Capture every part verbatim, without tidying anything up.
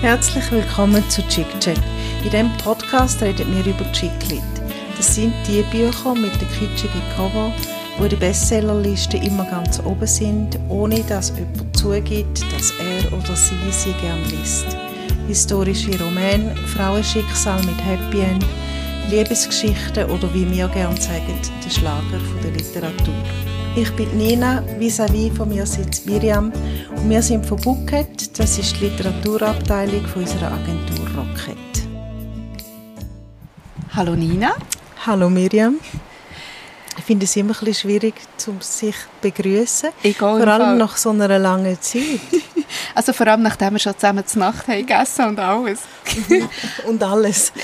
Herzlich willkommen zu Chick-Chat. In diesem Podcast reden wir über Chick-Lit. Das sind die Bücher mit den kitschigen Cover, die in der Bestsellerliste immer ganz oben sind, ohne dass jemand zugibt, dass er oder sie sie gerne liest. Historische Romane, Frauenschicksal mit Happy End, Liebesgeschichten oder wie wir gerne sagen, der Schlager der Literatur. Ich bin Nina, vis-à-vis von mir sitzt Miriam und wir sind von Bookhead, das ist die Literaturabteilung von unserer Agentur Rocket. Hallo Nina. Hallo Miriam. Ich finde es immer ein bisschen schwierig, um sich zu begrüßen, vor allem nach so einer langen Zeit. Also vor allem, nachdem wir schon zusammen zur Nacht haben gegessen und alles. Und alles.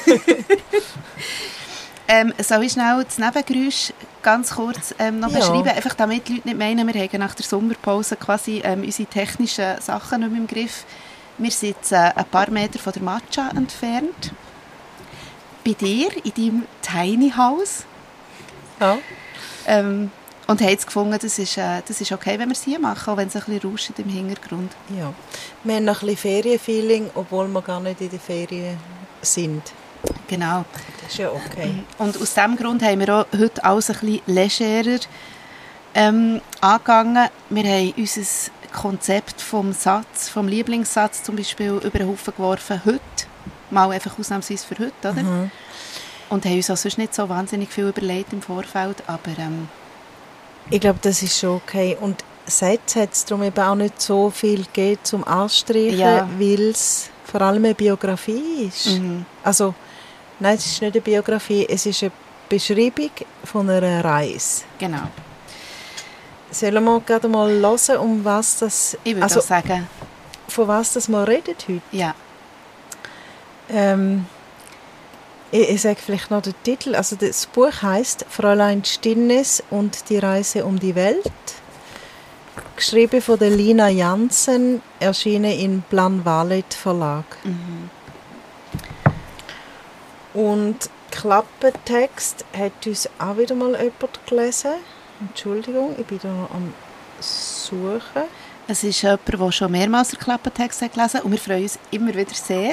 ähm, soll ich schnell das Nebengeräusch ganz kurz ähm, noch ja. beschreiben, einfach damit die Leute nicht meinen, wir haben nach der Sommerpause quasi ähm, unsere technischen Sachen nicht mehr im Griff. Wir sitzen ein paar Meter von der Matcha entfernt. Bei dir, in deinem Tiny House. Ja. Ähm, und haben jetzt gefunden, das ist, äh, das ist okay, wenn wir es hier machen, auch wenn es ein bisschen rauscht im Hintergrund. Ja. Wir haben noch ein bisschen Ferienfeeling, obwohl wir gar nicht in den Ferien sind. Genau. Das ist ja okay. Und aus diesem Grund haben wir auch heute alles ein bisschen legerer ähm, angegangen. Wir haben unser Konzept vom Satz, vom Lieblingssatz zum Beispiel über den Haufen geworfen, heute. Mal einfach ausnahmsweise für heute, oder? Mhm. Und haben uns auch sonst nicht so wahnsinnig viel überlegt im Vorfeld, aber ähm, ich glaube, das ist schon okay. Und Sätze hat es darum eben auch nicht so viel gegeben zum Anstreichen, ja. Weil es vor allem eine Biografie ist. Mhm. Also, nein, es ist nicht eine Biografie, es ist eine Beschreibung von einer Reise. Genau. Sollen wir gerade mal hören, um was das... Ich würde also, auch sagen. Von was das wir reden heute? Ja. Ähm, ich, ich sage vielleicht noch den Titel. Also das Buch heisst «Fräulein Stinnes und die Reise um die Welt». Geschrieben von der Lina Jansen, erschienen im Plan Valet Verlag. Mhm. Und Klappentext hat uns auch wieder mal jemand gelesen. Entschuldigung, ich bin da noch am Suchen. Es ist jemand, der schon mehrmals den Klappentext hat gelesen und wir freuen uns immer wieder sehr.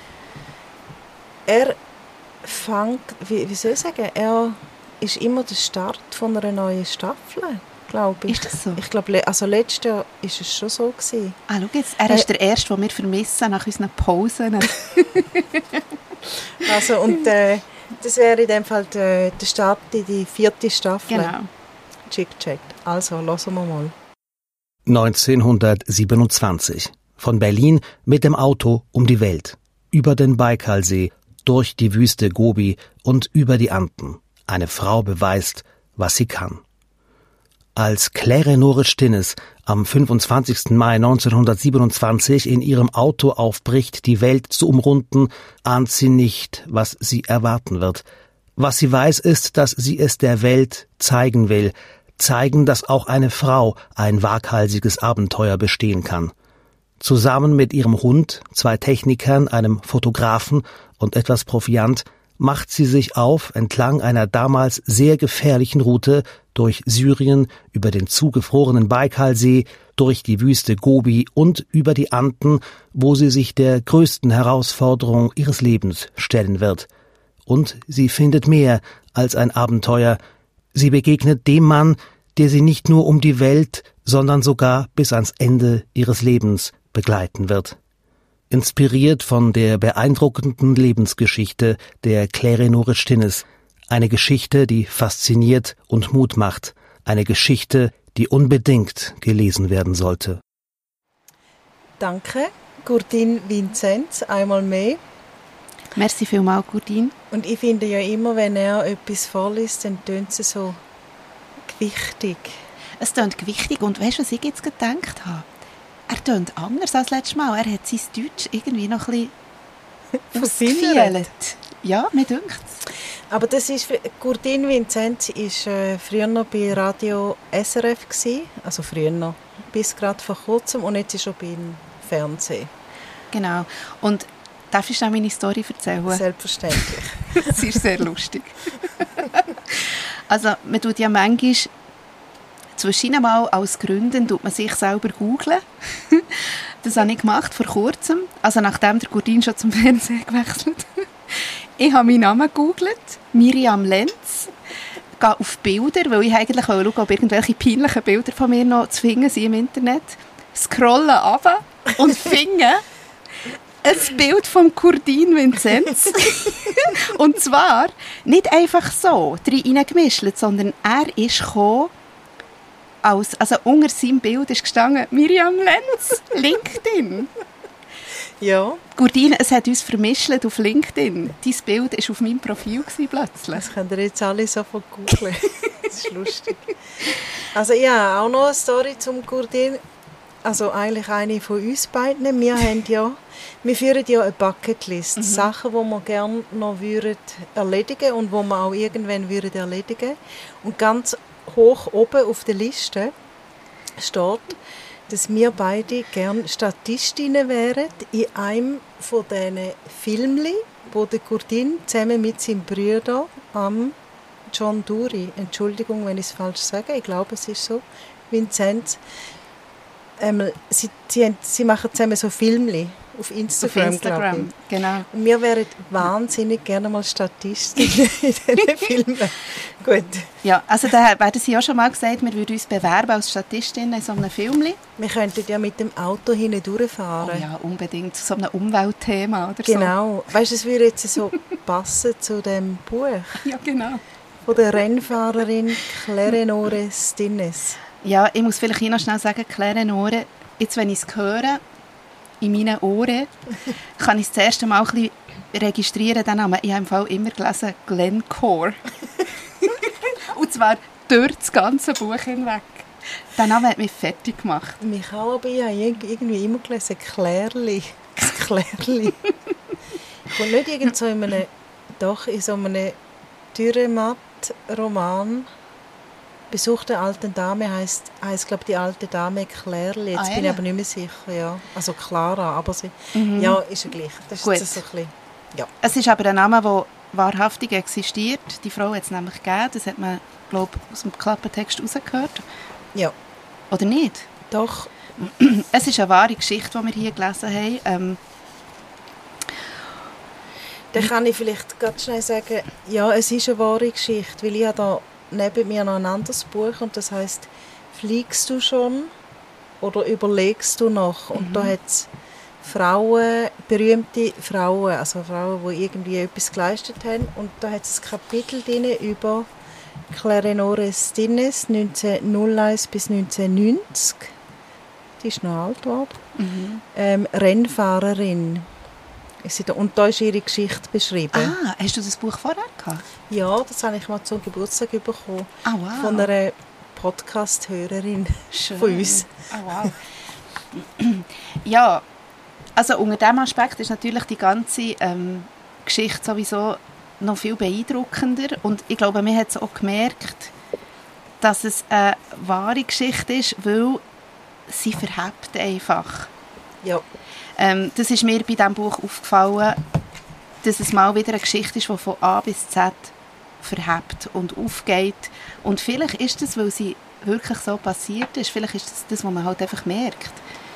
Er fängt, wie, wie soll ich sagen, er ist immer der Start von einer neuen Staffel, glaube ich. Ist das so? Ich glaube, also letztes Jahr war es schon so gewesen. Ah, schau jetzt, er ist äh, der Erste, den wir vermissen nach unseren Pausen. Also, und äh, das wäre in dem Fall der, der Start in die vierte Staffel. Genau. Chick-Chat. Also, hören wir mal. neunzehnhundertsiebenundzwanzig. Von Berlin mit dem Auto um die Welt. Über den Baikalsee, durch die Wüste Gobi und über die Anden. Eine Frau beweist, was sie kann. Als Claire Nore Stinnes am fünfundzwanzigsten Mai neunzehnhundertsiebenundzwanzig in ihrem Auto aufbricht, die Welt zu umrunden, ahnt sie nicht, was sie erwarten wird. Was sie weiß, ist, dass sie es der Welt zeigen will, zeigen, dass auch eine Frau ein waghalsiges Abenteuer bestehen kann. Zusammen mit ihrem Hund, zwei Technikern, einem Fotografen und etwas Proviant macht sie sich auf entlang einer damals sehr gefährlichen Route durch Syrien, über den zugefrorenen Baikalsee, durch die Wüste Gobi und über die Anden, wo sie sich der größten Herausforderung ihres Lebens stellen wird. Und sie findet mehr als ein Abenteuer. Sie begegnet dem Mann, der sie nicht nur um die Welt, sondern sogar bis ans Ende ihres Lebens begleiten wird. Inspiriert von der beeindruckenden Lebensgeschichte der Claire Nore Stinnes. Eine Geschichte, die fasziniert und Mut macht. Eine Geschichte, die unbedingt gelesen werden sollte. Danke, Gurdin Vinzenz, einmal mehr. Merci vielmals, Gurdin. Und ich finde ja immer, wenn er etwas vorliest, dann tönt es so gewichtig. Es tönt gewichtig und weißt du, was ich jetzt gedacht habe? Er tönt anders als letztes Mal. Er hat sein Deutsch irgendwie noch ein bisschen ausgefeilt. Ja, mir dünkt es. Aber das ist, Gurdin Vinzenz war äh, früher noch bei Radio S R F gewesen, also früher noch, bis gerade vor kurzem, und jetzt ist er beim Fernsehen. Genau. Und darf ich noch meine Story erzählen? Selbstverständlich. Das ist sehr lustig. Also, man tut ja manchmal, zwischen mal als Gründen tut man sich selber googlen. Das habe ich gemacht vor kurzem, also nachdem der Gurdin schon zum Fernsehen gewechselt. Ich habe meinen Namen gegoogelt, Miriam Lenz, gehe auf Bilder, weil ich eigentlich schauen wollte, ob irgendwelche peinlichen Bilder von mir noch zu finden sind im Internet. Scrolle runter und finde ein Bild von Gurdin Vinzenz. Und zwar nicht einfach so reingemischt, sondern er ist gekommen, als, also unter seinem Bild ist gestanden Miriam Lenz, LinkedIn. Ja. Gurdin, es hat uns vermischt auf LinkedIn. Dein Bild war auf meinem Profil plötzlich. Das könnt ihr jetzt alle sofort googeln. Das ist lustig. Also ja, auch noch eine Story zum Gurdin. Also eigentlich eine von uns beiden. Wir haben ja, wir führen ja eine Bucketlist. Mhm. Sachen, die wir gerne noch würden erledigen und die wir auch irgendwann würden erledigen. Und ganz hoch oben auf der Liste steht, dass wir beide gerne Statistinnen wären in einem von diesen Filmen, wo der Gurdin zusammen mit seinem Bruder am John Dury, Entschuldigung, wenn ich es falsch sage, ich glaube, es ist so, Vinzenz, ähm, sie, sie, sie machen zusammen so Filme auf Instagram, auf Instagram, genau. Und wir wären wahnsinnig gerne mal Statistinnen in diesen Filmen. Gut. Ja, also da werden Sie ja schon mal gesagt, wir würden uns bewerben als Statistinnen in so einem Film. Wir könnten ja mit dem Auto hindurchfahren. Oh ja, unbedingt. So ein Umweltthema oder genau. So. Weißt du, es würde jetzt so passen zu dem Buch. Ja, genau. Von der Rennfahrerin Clarenore Stinnes. Ja, ich muss vielleicht hier noch schnell sagen, Clarenore, jetzt wenn ich es höre, in meinen Ohren, kann ich das erste Mal ein bisschen registrieren, den Namen. Ich habe im Fall immer gelesen Glencore. Und zwar durch das ganze Buch hinweg. Der Name hat mich fertig gemacht. Mich auch, aber ich habe irgendwie immer gelesen Klärli. Das Klärli. Und nicht irgend so in einem, doch in so einem Dürrematt-Roman. Besuch der alten Dame heisst, heisst glaube die alte Dame Klärli. Jetzt ah, bin ich aber nicht mehr sicher. Ja. Also Clara, aber sie, mhm. ja, ist ja gleich. Das ist Gut. So ein bisschen, ja. Es ist aber ein Name, der wahrhaftig existiert. Die Frau hat es nämlich gegeben. Das hat man, glaube ich, aus dem Klappentext rausgehört. Ja. Oder nicht? Doch. Es ist eine wahre Geschichte, die wir hier gelesen haben. Ähm, Dann kann ich vielleicht ganz schnell sagen, ja, es ist eine wahre Geschichte, weil ich habe da neben mir noch ein anderes Buch und das heisst «Fliegst du schon oder überlegst du noch?» Und mhm. da hat es Frauen, berühmte Frauen, also Frauen, die irgendwie etwas geleistet haben. Und da hat es ein Kapitel drin über Clarenore Stinnes, neunzehnhunderteins bis neunzehnhundertneunzig. Die ist noch alt geworden. Mhm. Ähm, Rennfahrerin. Und da ist ihre Geschichte beschrieben. Ah, hast du das Buch vorher gehabt? Ja, das habe ich mal zum Geburtstag bekommen. Ah, wow. Von einer Podcast-Hörerin von uns. Ah, wow. Ja, also unter diesem Aspekt ist natürlich die ganze ähm, Geschichte sowieso noch viel beeindruckender. Und ich glaube, man hat es auch gemerkt, dass es eine wahre Geschichte ist, weil sie verhebt einfach. Ja. Ähm, das ist mir bei diesem Buch aufgefallen, dass es mal wieder eine Geschichte ist, die von A bis Z verhebt und aufgeht. Und vielleicht ist das, weil sie wirklich so passiert ist, vielleicht ist das das, was man halt einfach merkt.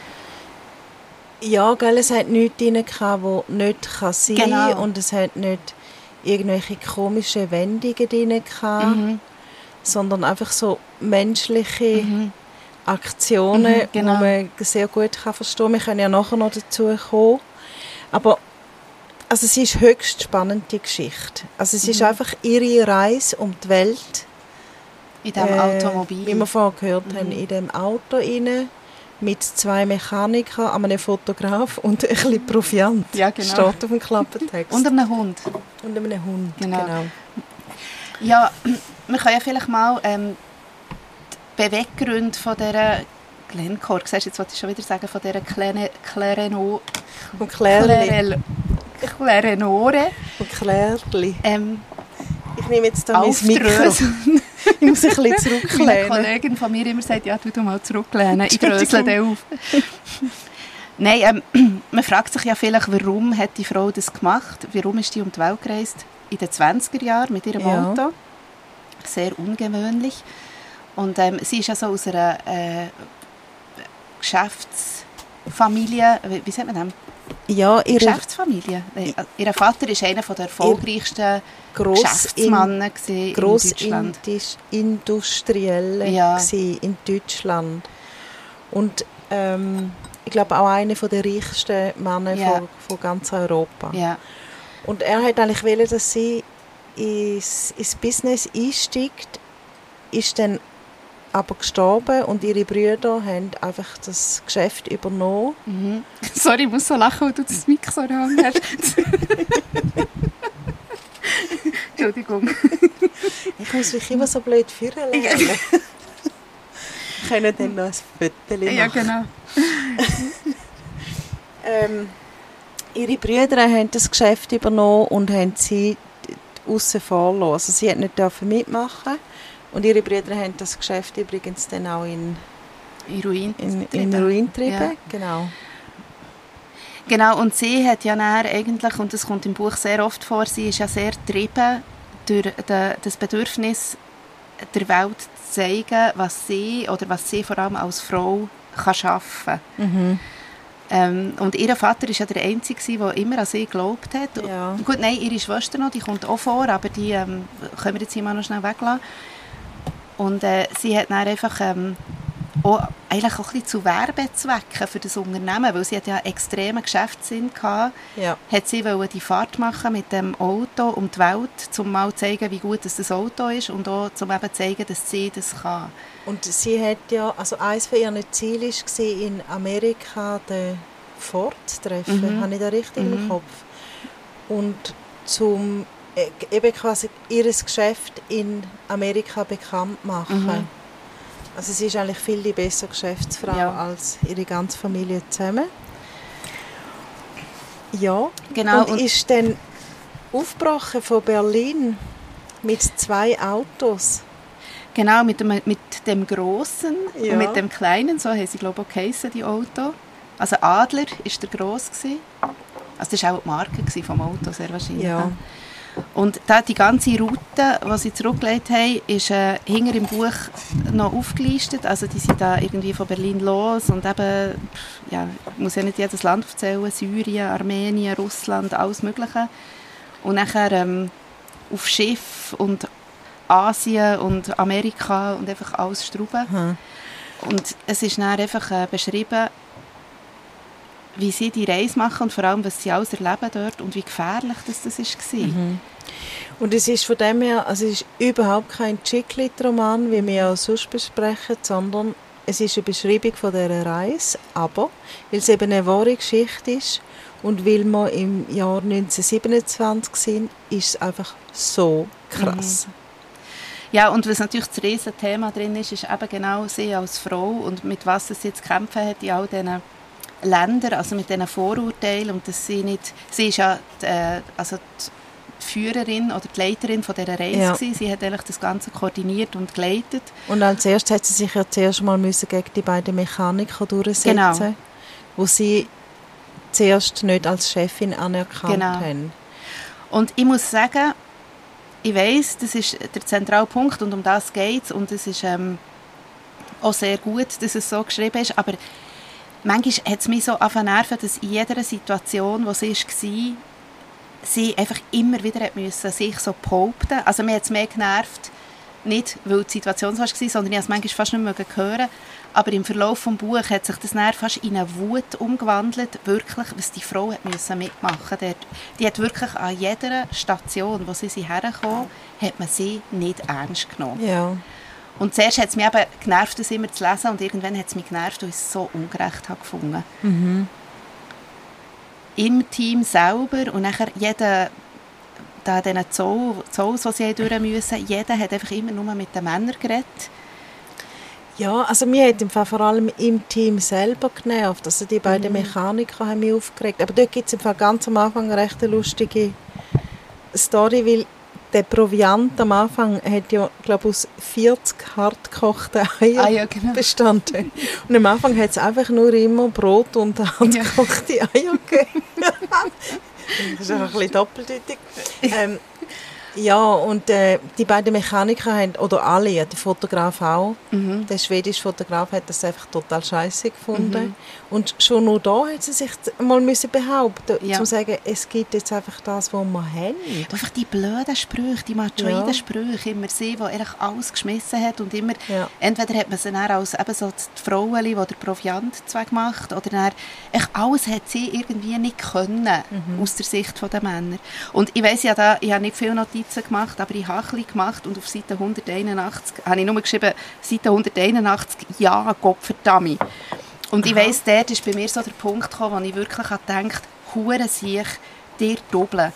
Ja, gell, es hat nichts drin gehabt, was nicht sein kann. Genau. Und es hat nicht irgendwelche komischen Wendungen drin gehabt, mhm. sondern einfach so menschliche mhm. Aktionen, mhm, genau. die man sehr gut kann verstehen kann. Wir können ja nachher noch dazu kommen. Aber also es ist eine höchst spannende Geschichte. Also es mhm. ist einfach ihre Reise um die Welt. In diesem äh, Automobil. Wie wir vorhin gehört mhm. haben, in diesem Auto rein, mit zwei Mechanikern, einem Fotograf und ein bisschen Proviant. Ja, genau. Steht auf dem Klappentext. Und einem Hund. Und einem Hund, genau. genau. Ja, wir können ja vielleicht mal ähm, die Beweggründe von dieser Glencore, siehst du, jetzt wollte ich schon wieder sagen, von dieser Clarenore. Und Clarenore. Clarenore. Und Klärli. Ähm, ich nehme jetzt da mein Mikro. Ich muss ein bisschen zurücklehnen. Meine Kollegin von mir immer sagt, ja, du mal zurücklehnen, ich drösle den auf. Nein, ähm, man fragt sich ja vielleicht, warum hat die Frau das gemacht? Warum ist die um die Welt gereist? In den zwanziger Jahren mit ihrem ja. Auto. Sehr ungewöhnlich. Und ähm, sie ist ja so aus einer äh, Geschäfts-, Familie, wie sagt man das? Ja, ihre Geschäftsfamilie. Ihr Vater war einer der erfolgreichsten Gross Geschäftsmänner in, in Deutschland. Großindustrielle ja. in Deutschland. Und ähm, ich glaube auch einer der reichsten Männer ja. von, von ganz Europa. Ja. Und er hat eigentlich wollen, dass sie ins, ins Business einsteigt, ist dann aber gestorben und ihre Brüder haben einfach das Geschäft übernommen. Mhm. Sorry, ich muss so lachen, weil du das Mikro so lang hast. Entschuldigung. Ich muss mich immer so blöd führen lernen. Wir können dann noch ein Foto machen. Ja, genau. ähm, ihre Brüder haben das Geschäft übernommen und haben sie aussen vor lassen. Also sie hat nicht mitmachen. Und ihre Brüder haben das Geschäft übrigens dann auch in, in Ruin in, in Ruin getrieben. Ja. Genau. Genau, und sie hat ja dann eigentlich, und das kommt im Buch sehr oft vor, sie ist ja sehr getrieben durch de, das Bedürfnis, der Welt zu zeigen, was sie, oder was sie vor allem als Frau kann schaffen kann. Mhm. Ähm, und ihr Vater war ja der Einzige, der immer an sie geglaubt hat. Ja. Gut, nein, ihre Schwester noch, die kommt auch vor, aber die ähm, können wir jetzt hier mal noch schnell weglassen. Und äh, sie hat dann einfach ähm, auch, eigentlich auch ein bisschen zu Werbezwecken für das Unternehmen, weil sie hat ja einen extremen Geschäftssinn hatte, ja. hat sie wollte die Fahrt machen mit dem Auto um die Welt, um mal zu zeigen, wie gut das, das Auto ist und auch um eben zu zeigen, dass sie das kann. Und sie hat ja, also eines von ihren Zielen war, in Amerika den Ford zu treffen. Mhm. Habe ich das richtig mhm. im Kopf? Und zum eben quasi ihr Geschäft in Amerika bekannt machen. Mhm. Also sie ist eigentlich viel die bessere Geschäftsfrau ja. als ihre ganze Familie zusammen. Ja, genau. Und, und ist dann aufgebrochen von Berlin mit zwei Autos. Genau, mit dem, mit dem Grossen ja. und mit dem Kleinen, so haben sie, glaube ich, auch geheissen, die Auto. Also Adler war der Gross. Also das war auch die Marke vom Auto, sehr wahrscheinlich. Ja. Und da die ganze Route, die sie zurückgelegt haben, ist äh, hinter im Buch noch aufgelistet. Also die sind da irgendwie von Berlin los und eben, ja, ich muss ja nicht jedes Land aufzählen, Syrien, Armenien, Russland, alles Mögliche. Und nachher ähm, auf Schiff und Asien und Amerika und einfach alles Strauben. Hm. Und es ist dann einfach äh, beschrieben, wie sie die Reise machen und vor allem, was sie alles erleben dort und wie gefährlich das, das war. Mhm. Und es ist von dem her, also es ist überhaupt kein Chick-Lit-Roman, wie wir auch sonst besprechen, sondern es ist eine Beschreibung von dieser Reise, aber weil es eben eine wahre Geschichte ist und weil wir im Jahr neunzehnhundertsiebenundzwanzig sind, ist es einfach so krass. Mhm. Ja, und was natürlich das riesen Thema drin ist, ist eben genau sie als Frau und mit was sie jetzt kämpfen hat in all diesen Ländern, also mit diesen Vorurteilen und dass sie nicht, sie ist ja die, äh, also die Führerin oder die Leiterin von dieser Reise ja. gewesen. Sie hat eigentlich das Ganze koordiniert und geleitet. Und als erstes hat sie sich ja zuerst mal müssen gegen die beiden Mechaniker durchsetzen, genau. wo sie zuerst nicht als Chefin anerkannt genau. haben. Und ich muss sagen, ich weiss, das ist der zentrale Punkt und um das geht es und es ist ähm, auch sehr gut, dass es so geschrieben ist, aber manchmal hat es mich so nerven, dass in jeder Situation, wo sie war, sie einfach immer wieder hat müssen, sich so behaupten. Also mir hat es mehr genervt, nicht weil die Situation so war, sondern ich konnte es manchmal fast nicht mehr hören. Aber im Verlauf des Buches hat sich das dann fast in eine Wut umgewandelt, wirklich, was die Frau hat müssen mitmachen musste. Die hat wirklich an jeder Station, wo sie herkam, hat man sie nicht ernst genommen. Ja. Und zuerst hat es mich eben genervt, das immer zu lesen und irgendwann hat es mich genervt, weil ich es so ungerecht habe gefunden. Mhm. Im Team selber und nachher jeder, da diesen Zolls, die sie durch müssen, jeder hat einfach immer nur mit den Männern geredet. Ja, also mir hat im Fall vor allem im Team selber genervt. Also die beiden mhm. Mechaniker haben mich aufgeregt. Aber dort gibt es im Fall ganz am Anfang eine recht lustige Story, weil der Proviant am Anfang hat ja, glaube aus vierzig hart-gekochten Eiern ah, ja, genau. bestanden. Und am Anfang hat es einfach nur immer Brot und hart-gekochte ja. Eier gegeben. Das ist einfach ein bisschen doppeldeutig. Ähm, Ja, und äh, die beiden Mechaniker haben, oder alle, der Fotograf auch, Mhm. der schwedische Fotograf hat das einfach total scheiße gefunden. Mhm. Und schon nur da hat sie sich mal müssen behaupten, Ja. um zu sagen, es gibt jetzt einfach das, was wir haben. Einfach die blöden Sprüche, die machoiden Ja. Sprüche, immer sie, die eigentlich alles geschmissen hat und immer, Ja. entweder hat man sie dann als eben so die Frauen, die den Proviant zwar gemacht, oder dann, echt alles hat sie irgendwie nicht können, Mhm. aus der Sicht der Männer. Und ich weiss ja, da, ich habe nicht viele Notizen gemacht, aber ich habe ein bisschen gemacht und auf Seite hunderteinundachtzig habe ich nur geschrieben, Seite hunderteinundachtzig, ja, Gottverdammt. Und ich Aha. weiss, dort ist bei mir so der Punkt gekommen, wo ich wirklich gedacht habe, hure sich dir doppeln.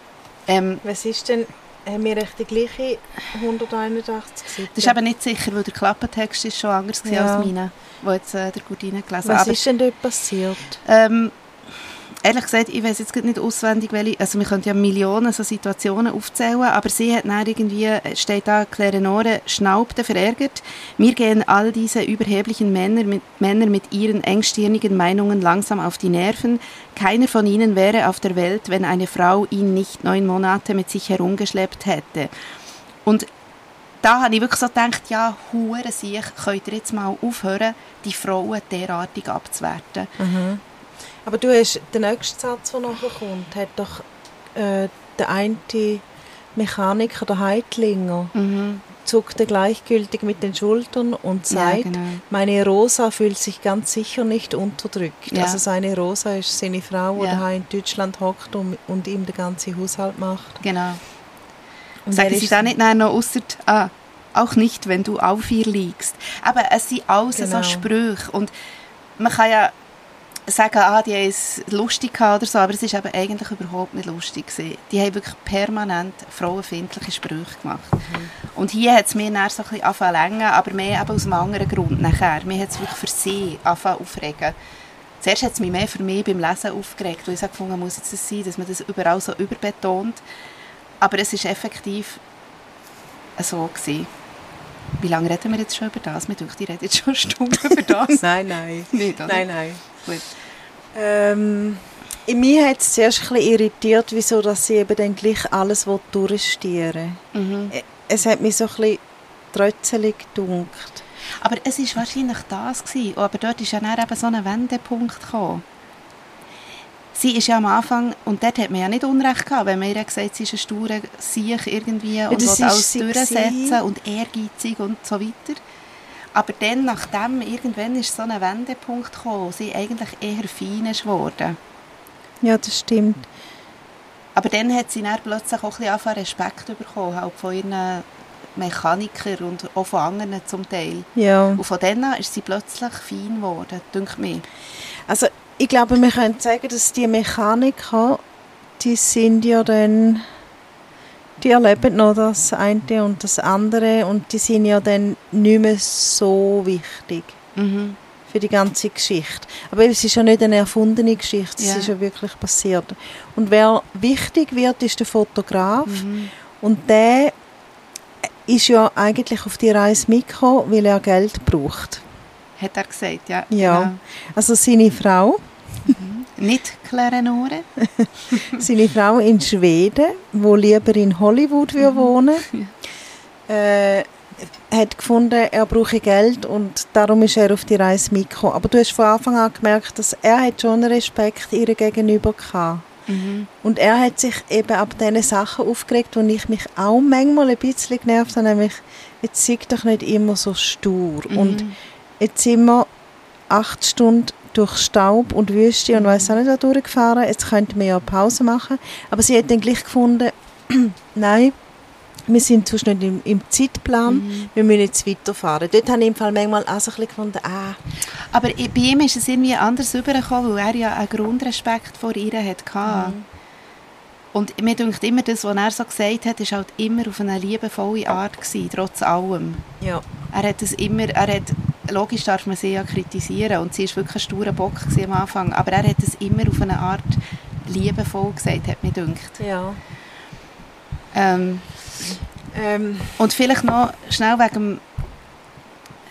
Ähm, Was ist denn, haben wir echt die gleiche hunderteinundachtzig Seiten? das ist eben nicht sicher, weil der Klappentext ist schon anders war Ja. als meine, wo jetzt äh, der Gudine gelesen Was hat. ist denn dort passiert? Ähm, ehrlich gesagt, ich weiß jetzt gerade nicht auswendig, welche, also wir können ja Millionen so Situationen aufzählen, aber sie hat dann irgendwie, steht da, Clarenore schnaubte verärgert, mir gehen all diese überheblichen Männer mit, Männer mit ihren engstirnigen Meinungen langsam auf die Nerven. Keiner von ihnen wäre auf der Welt, wenn eine Frau ihn nicht neun Monate mit sich herumgeschleppt hätte. Und da habe ich wirklich so gedacht, ja, hure sich, könnt ihr jetzt mal aufhören, die Frauen derartig abzuwerten. Mhm. Aber du hast den nächsten Satz, der nachher kommt, hat doch äh, der eine Mechaniker, der Heitlinger, Mhm. zuckte gleichgültig mit den Schultern und Ja, sagt, genau. meine Rosa fühlt sich ganz sicher nicht unterdrückt. Ja. Also seine Rosa ist seine Frau, die Ja. daheim in Deutschland hockt und, und ihm den ganzen Haushalt macht. Genau. Und Sagen er sie ist- dann nicht noch ausser, ah, auch nicht, wenn du auf ihr liegst. Aber es sind alles Genau. so Sprüche. Und man kann ja sagen, ah, die haben es lustig gehabt oder so, aber es ist eben eigentlich überhaupt nicht lustig gewesen. Die haben wirklich permanent frauenfeindliche Sprüche gemacht. Mhm. Und hier hat es mir dann so ein bisschen angefangen zu länger, aber mehr eben aus einem anderen Grund nachher. Mir hat es wirklich für sie angefangen aufregen. Zuerst hat es mich mehr für mich beim Lesen aufgeregt, weil ich so gefunden muss jetzt das sein, dass man das überall so überbetont. Aber es ist effektiv so gewesen. Wie lange reden wir jetzt schon über das? Mir denkt, ich rede jetzt schon eine Stunde über das. Nein, nein. Nicht, oder? Nein, nein. Gut. Ähm, in mir hat es zuerst ein bisschen irritiert, wieso dass sie eben dann gleich alles durchstieren Mhm. will. Es hat mich so ein bisschen trötzelig gedunkt. Aber es war wahrscheinlich das gewesen. Aber dort ist ja dann eben so ein Wendepunkt gekommen. Sie ist ja am Anfang, und dort hat man ja nicht Unrecht gehabt, wenn man ihr gesagt hat, sie ist ein sturer Sieg irgendwie und das will ist alles sie durchsetzen gewesen. und ehrgeizig und so weiter. Aber dann, nachdem, irgendwann ist so ein Wendepunkt gekommen, wo sie eigentlich eher fein ist geworden. Ja, das stimmt. Aber dann hat sie dann plötzlich auch ein bisschen angefangen, Respekt bekommen, halt von ihren Mechanikern und auch von anderen zum Teil. Ja. Und von dann an ist sie plötzlich fein geworden, denke mir. Also ich glaube, wir können sagen, dass die Mechaniker, die sind ja dann, die erleben noch das eine und das andere und die sind ja dann nicht mehr so wichtig Mhm. für die ganze Geschichte. Aber es ist ja nicht eine erfundene Geschichte, es Ja. ist ja wirklich passiert. Und wer wichtig wird, ist der Fotograf Mhm. und der ist ja eigentlich auf die Reise mitgekommen, weil er Geld braucht. Hat er gesagt, ja. Ja. Genau. Also seine Frau, Nicht Clarenore. seine Frau in Schweden, wo lieber in Hollywood mhm. wohnen äh, hat gefunden, er brauche Geld und darum ist er auf die Reise mitgekommen. Aber du hast von Anfang an gemerkt, dass er hat schon Respekt ihr gegenüber hatte. Mhm. Und er hat sich eben ab diesen Sachen aufgeregt, wo ich mich auch manchmal ein bisschen genervt habe, nämlich, jetzt sei doch nicht immer so stur. Mhm. Und jetzt sind wir acht Stunden durch Staub und Wüste und weiss auch nicht, wo durchgefahren. Jetzt könnten wir ja Pause machen. Aber sie hat dann gleich gefunden, nein, wir sind sonst nicht im, im Zeitplan, Mhm. wir müssen jetzt weiterfahren. Dort habe ich im Fall manchmal auch so ein bisschen gefunden, ah, Aber i- bei ihm ist es irgendwie anders rübergekommen, weil er ja einen Grundrespekt vor ihr hatte. Mhm. Und mir denkt immer, das, was er so gesagt hat, ist halt immer auf eine liebevolle Art gewesen, trotz allem. ja. Er hat es immer, er hat, logisch darf man sie ja kritisieren und sie war wirklich ein sturer Bock gewesen am Anfang, aber er hat es immer auf eine Art liebevoll gesagt, hat mir gedacht. ja. Ähm, Ähm, und vielleicht noch schnell wegen dem,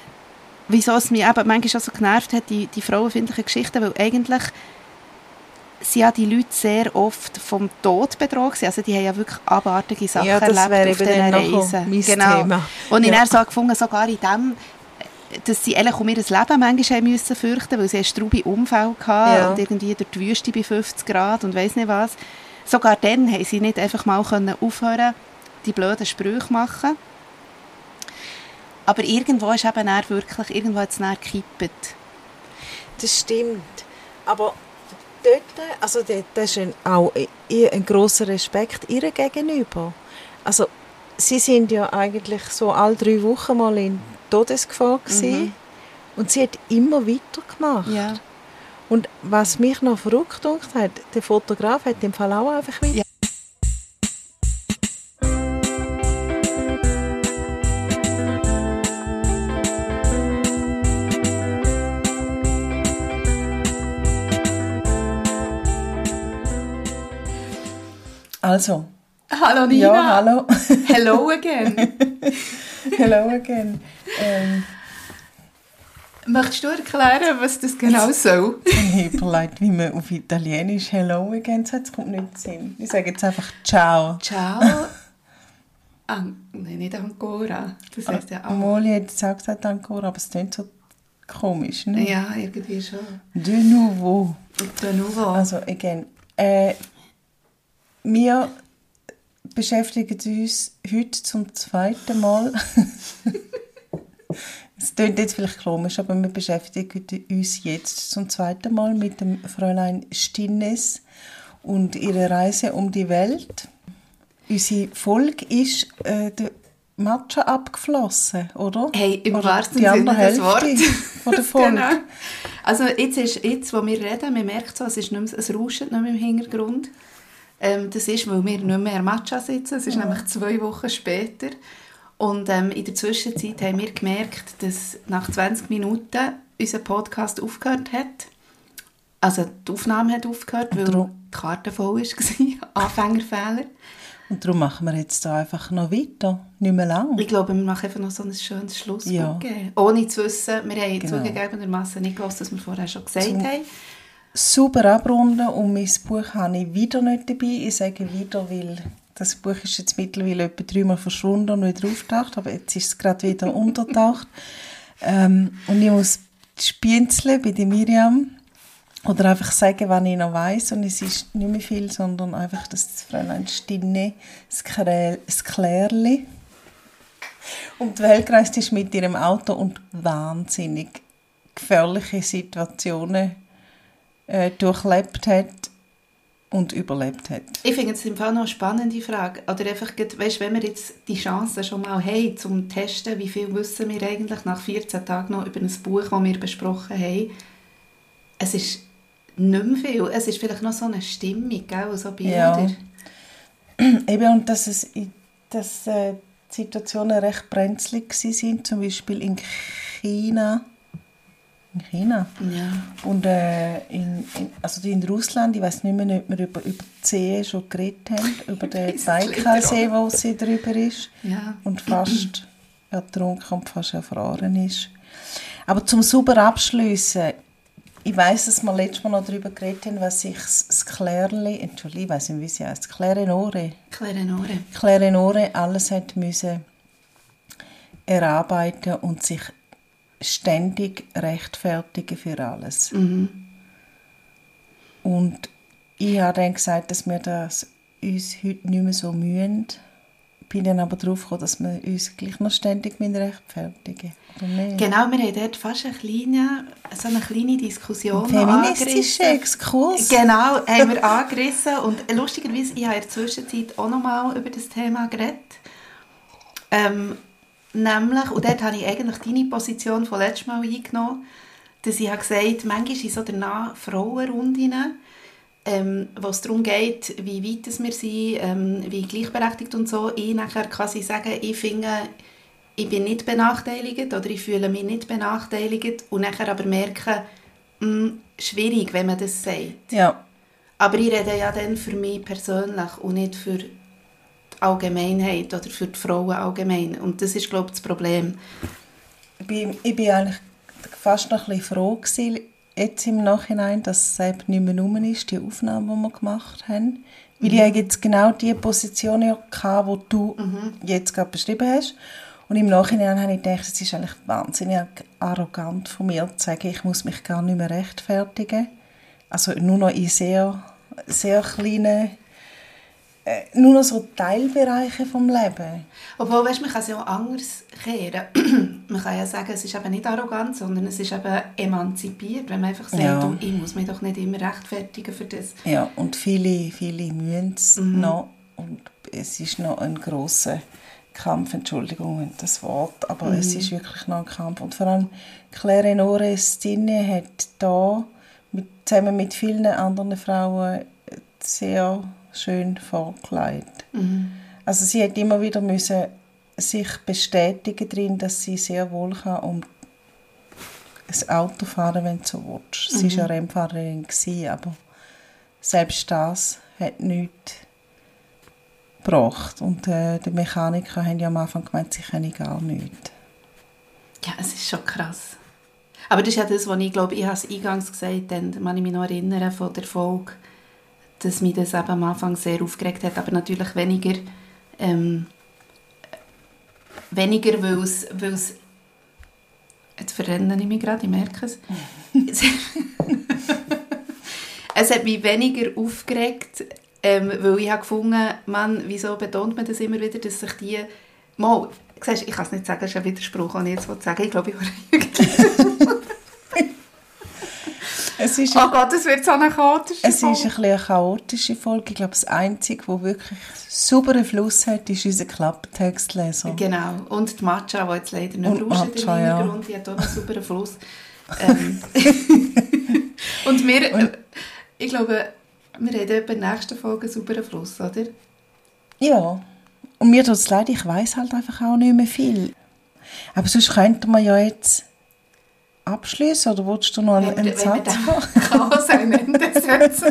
wieso es mich eben manchmal auch so genervt hat, die, die frauenfeindlichen Geschichten, weil eigentlich sind ja die Leute sehr oft vom Tod bedroht. Also die haben ja wirklich abartige Sachen ja, das erlebt auf diesen Reisen. Mein genau. Thema. Und ich ja. habe so gefunden, sogar in dem, dass sie eigentlich um ihr Leben manchmal müssen fürchten, weil sie einen strauben Unfall hatten ja. und irgendwie durch die Wüste bei fünfzig Grad und weiss nicht was. Sogar dann haben sie nicht einfach mal aufhören, die blöden Sprüche zu machen. Aber irgendwo ist eben dann wirklich, irgendwo hat es dann gekippt. Das stimmt. Aber dort, also das ist ein, auch ein, ein grosser Respekt ihr gegenüber. Also sie sind ja eigentlich so alle drei Wochen mal in Todesgefahr gewesen. Mhm. Und sie hat immer weitergemacht. Ja. Und was mich noch verrückt gemacht hat, der Fotograf hat im Fall auch einfach weiter. Ja. Also. Hallo Nina. Ja, hallo. Hello again. Hello again. Ähm, Möchtest du erklären, was das genau soll? Ich habe überlegt, wie man auf Italienisch Hello again sagt. Es kommt nicht in den Sinn. Ich sage jetzt einfach Ciao. Ciao. An- Nein, nicht Ancora. Das heisst ja auch. Molly hat jetzt auch gesagt Ancora, aber es klingt so komisch, ne? Ja, irgendwie schon. De nouveau. De nouveau. Also, again. Äh, wir beschäftigen uns heute zum zweiten Mal. Es klingt jetzt vielleicht komisch, aber wir beschäftigen uns jetzt zum zweiten Mal mit dem Fräulein Stinnes und ihrer Reise um die Welt. Unsere Folge ist äh, der Matcha abgeflossen, oder? Hey, im oder wahrsten die andere Sinne des Hälfte von der Folge. Genau. Also jetzt, ist, jetzt, wo wir reden, man merkt so, es, ist nicht mehr, es rauscht nicht mehr im Hintergrund. Ähm, das ist, weil wir nicht mehr Matcha sitzen. Es ist ja. nämlich zwei Wochen später. Und ähm, in der Zwischenzeit haben wir gemerkt, dass nach zwanzig Minuten unser Podcast aufgehört hat. Also die Aufnahme hat aufgehört, weil die Karte voll war. Anfängerfehler. Und darum machen wir jetzt da einfach noch weiter. Nicht mehr lang. Ich glaube, wir machen einfach noch so ein schönes Schlusswort. Ja. Ohne zu wissen, wir haben genau. zugegebenermassen nicht gewusst, was wir vorher schon gesagt Zum haben. Super abrunden und mein Buch habe ich wieder nicht dabei. Ich sage wieder, weil das Buch ist jetzt mittlerweile etwa dreimal verschwunden und wieder auftaucht, aber jetzt ist es gerade wieder untertaucht. Ähm, und ich muss spienzeln bei der Miriam oder einfach sagen, was ich noch weiss. Und es ist nicht mehr viel, sondern einfach, dass das Fräulein Stinne, das, Krä- das Klärli, um die Welt gereist ist mit ihrem Auto und wahnsinnig gefährliche Situationen äh, durchlebt hat und überlebt hat. Ich finde es im Fall noch eine spannende Frage. Oder einfach, weißt, wenn wir jetzt die Chance schon mal haben, zum Testen, wie viel wissen wir eigentlich nach vierzehn Tagen noch über ein Buch, das wir besprochen haben. Es ist nicht mehr viel. Es ist vielleicht noch so eine Stimmung, gell? So Bilder. Ja. Eben, und dass, es, dass äh, die Situationen recht brenzlig waren, zum Beispiel in China. In China. Ja. Und äh, in, in, also in Russland, ich weiss nicht mehr, ob wir über, über die See schon geredet haben, über den Baikalsee, wo sie drüber ist ja. und fast ertrunken und fast erfroren ist. Aber zum sauber abschliessen, ich weiss, dass wir letztes Mal noch darüber geredet haben, was sich das Klärli, Entschuldigung, ich weiss nicht, wie sie heisst, Klärenore. Klärenore. Klärenore alles hat müssen erarbeiten und sich ständig rechtfertigen für alles. Mhm. Und ich habe dann gesagt, dass wir das uns heute nicht mehr so mühen. Bin dann aber darauf gekommen, dass wir uns gleich noch ständig rechtfertigen müssen. Genau, wir haben dort fast eine kleine, so eine kleine Diskussion feministische Exkurs. Genau, haben wir angerissen. Und lustigerweise, ich habe in der Zwischenzeit auch noch mal über das Thema geredet. Ähm, Nämlich, und dort habe ich eigentlich deine Position von letztes Mal eingenommen, dass ich habe gesagt, manchmal in so der Frauenrunden, ähm, wo es darum geht, wie weit wir sind, ähm, wie gleichberechtigt und so, ich nachher quasi sagen, ich finde, ich bin nicht benachteiligt oder ich fühle mich nicht benachteiligt und nachher aber merken, mh, schwierig, wenn man das sagt. Ja. Aber ich rede ja dann für mich persönlich und nicht für die Allgemeinheit oder für die Frauen allgemein. Und das ist, glaube ich, das Problem. Ich bin, ich bin eigentlich fast noch ein bisschen froh gewesen, jetzt im Nachhinein, dass es eben nicht mehr rum ist, die Aufnahme, die wir gemacht haben. Weil mhm. ich jetzt genau die Position hatte, die du mhm. jetzt gerade beschrieben hast. Und im Nachhinein habe ich gedacht, es ist eigentlich wahnsinnig arrogant von mir zu sagen, ich muss mich gar nicht mehr rechtfertigen. Also nur noch in sehr, sehr kleinen, äh, nur noch so Teilbereiche vom Leben. Obwohl, weißt, man kann es ja auch anders kehren. Man kann ja sagen, es ist eben nicht arrogant, sondern es ist eben emanzipiert, wenn man einfach sagt, ja. du, ich muss mich doch nicht immer rechtfertigen für das. Ja, und viele, viele müssen es mhm. noch. Und es ist noch ein grosser Kampf, Entschuldigung das Wort, aber mhm. es ist wirklich noch ein Kampf. Und vor allem Claire Enore Stine hat da mit, zusammen mit vielen anderen Frauen sehr schön vorgelegt. Mhm. Also sie hat immer wieder müssen sich bestätigen darin, dass sie sehr wohl kann um ein Auto fahren, wenn du so willst. Mhm. Sie war ja Rennfahrerin, aber selbst das hat nichts gebracht. Und äh, die Mechaniker haben ja am Anfang gemeint, sie können gar nichts. Ja, es ist schon krass. Aber das ist ja das, was ich glaube, ich habe es eingangs gesagt, dann kann ich mich noch erinnern von der Folge, dass mich das eben am Anfang sehr aufgeregt hat, aber natürlich weniger, ähm, weniger weil es, weil es jetzt verrenne ich mich gerade, ich merke es. Es hat mich weniger aufgeregt, ähm, weil ich habe gefunden, man, wieso betont man das immer wieder, dass sich die mal, siehst, ich kann es nicht sagen, das ist ein Widerspruch, den ich jetzt sagen will. Ich glaube, ich war es ist Oh Gott, es wird so eine chaotische es Folge. Es ist ein bisschen eine chaotische Folge. Ich glaube, das Einzige, das wirklich sauberen Fluss hat, ist unser Klapptextleser. Genau. Und die Matcha, die jetzt leider nicht rauscht im Hintergrund, ja. Die hat auch einen sauberen Fluss. ähm. Und wir, Und, ich glaube, wir reden bei der nächsten Folge einen sauberen Fluss, oder? Ja. Und mir tut es leid, ich weiss halt einfach auch nicht mehr viel. Aber sonst könnte man ja jetzt abschließen, oder willst du noch einen, einen Satz machen? Chaos ein Ende setzen.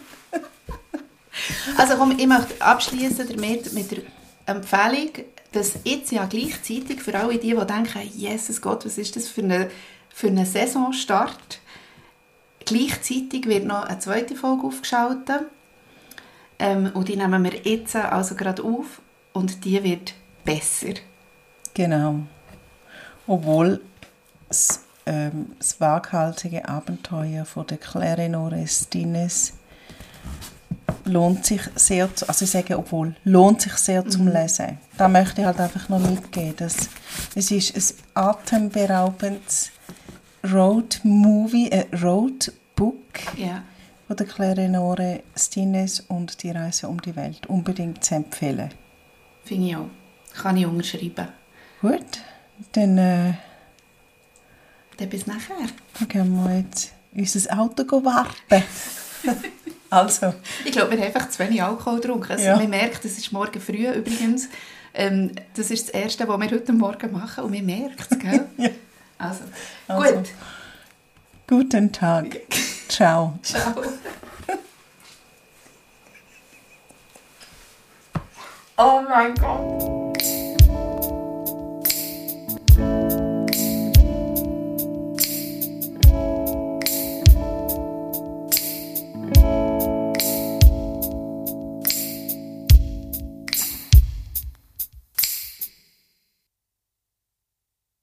Also komm, ich möchte abschließen damit mit der Empfehlung, dass jetzt ja gleichzeitig für alle die, die denken, Jesus Gott, was ist das für eine, für eine Saisonstart? Gleichzeitig wird noch eine zweite Folge aufgeschaltet. Ähm, und die nehmen wir jetzt also gerade auf. Und die wird besser. Genau. Obwohl es ähm, das waghalsige Abenteuer von der Claire Enore Stines lohnt sich sehr, zu, also ich sage obwohl, lohnt sich sehr mhm. zum Lesen. Da möchte ich halt einfach noch mitgeben, dass es ist ein atemberaubendes Road-Movie, äh, Road-Book ja. von der Claire Enore Stines und die Reise um die Welt. Unbedingt zu empfehlen. Finde ich auch. Kann ich unterschreiben. Gut, dann... Äh, dann bis nachher. Dann gehen wir jetzt unser Auto warten. Also. Ich glaube, wir haben einfach zu wenig Alkohol getrunken. Also, ja. Man merkt, es ist morgen früh übrigens. Ähm, das ist das Erste, was wir heute Morgen machen. Und man merkt es, gell? Ja. Also, also, gut. Guten Tag. Ciao. Ciao. Oh mein Gott.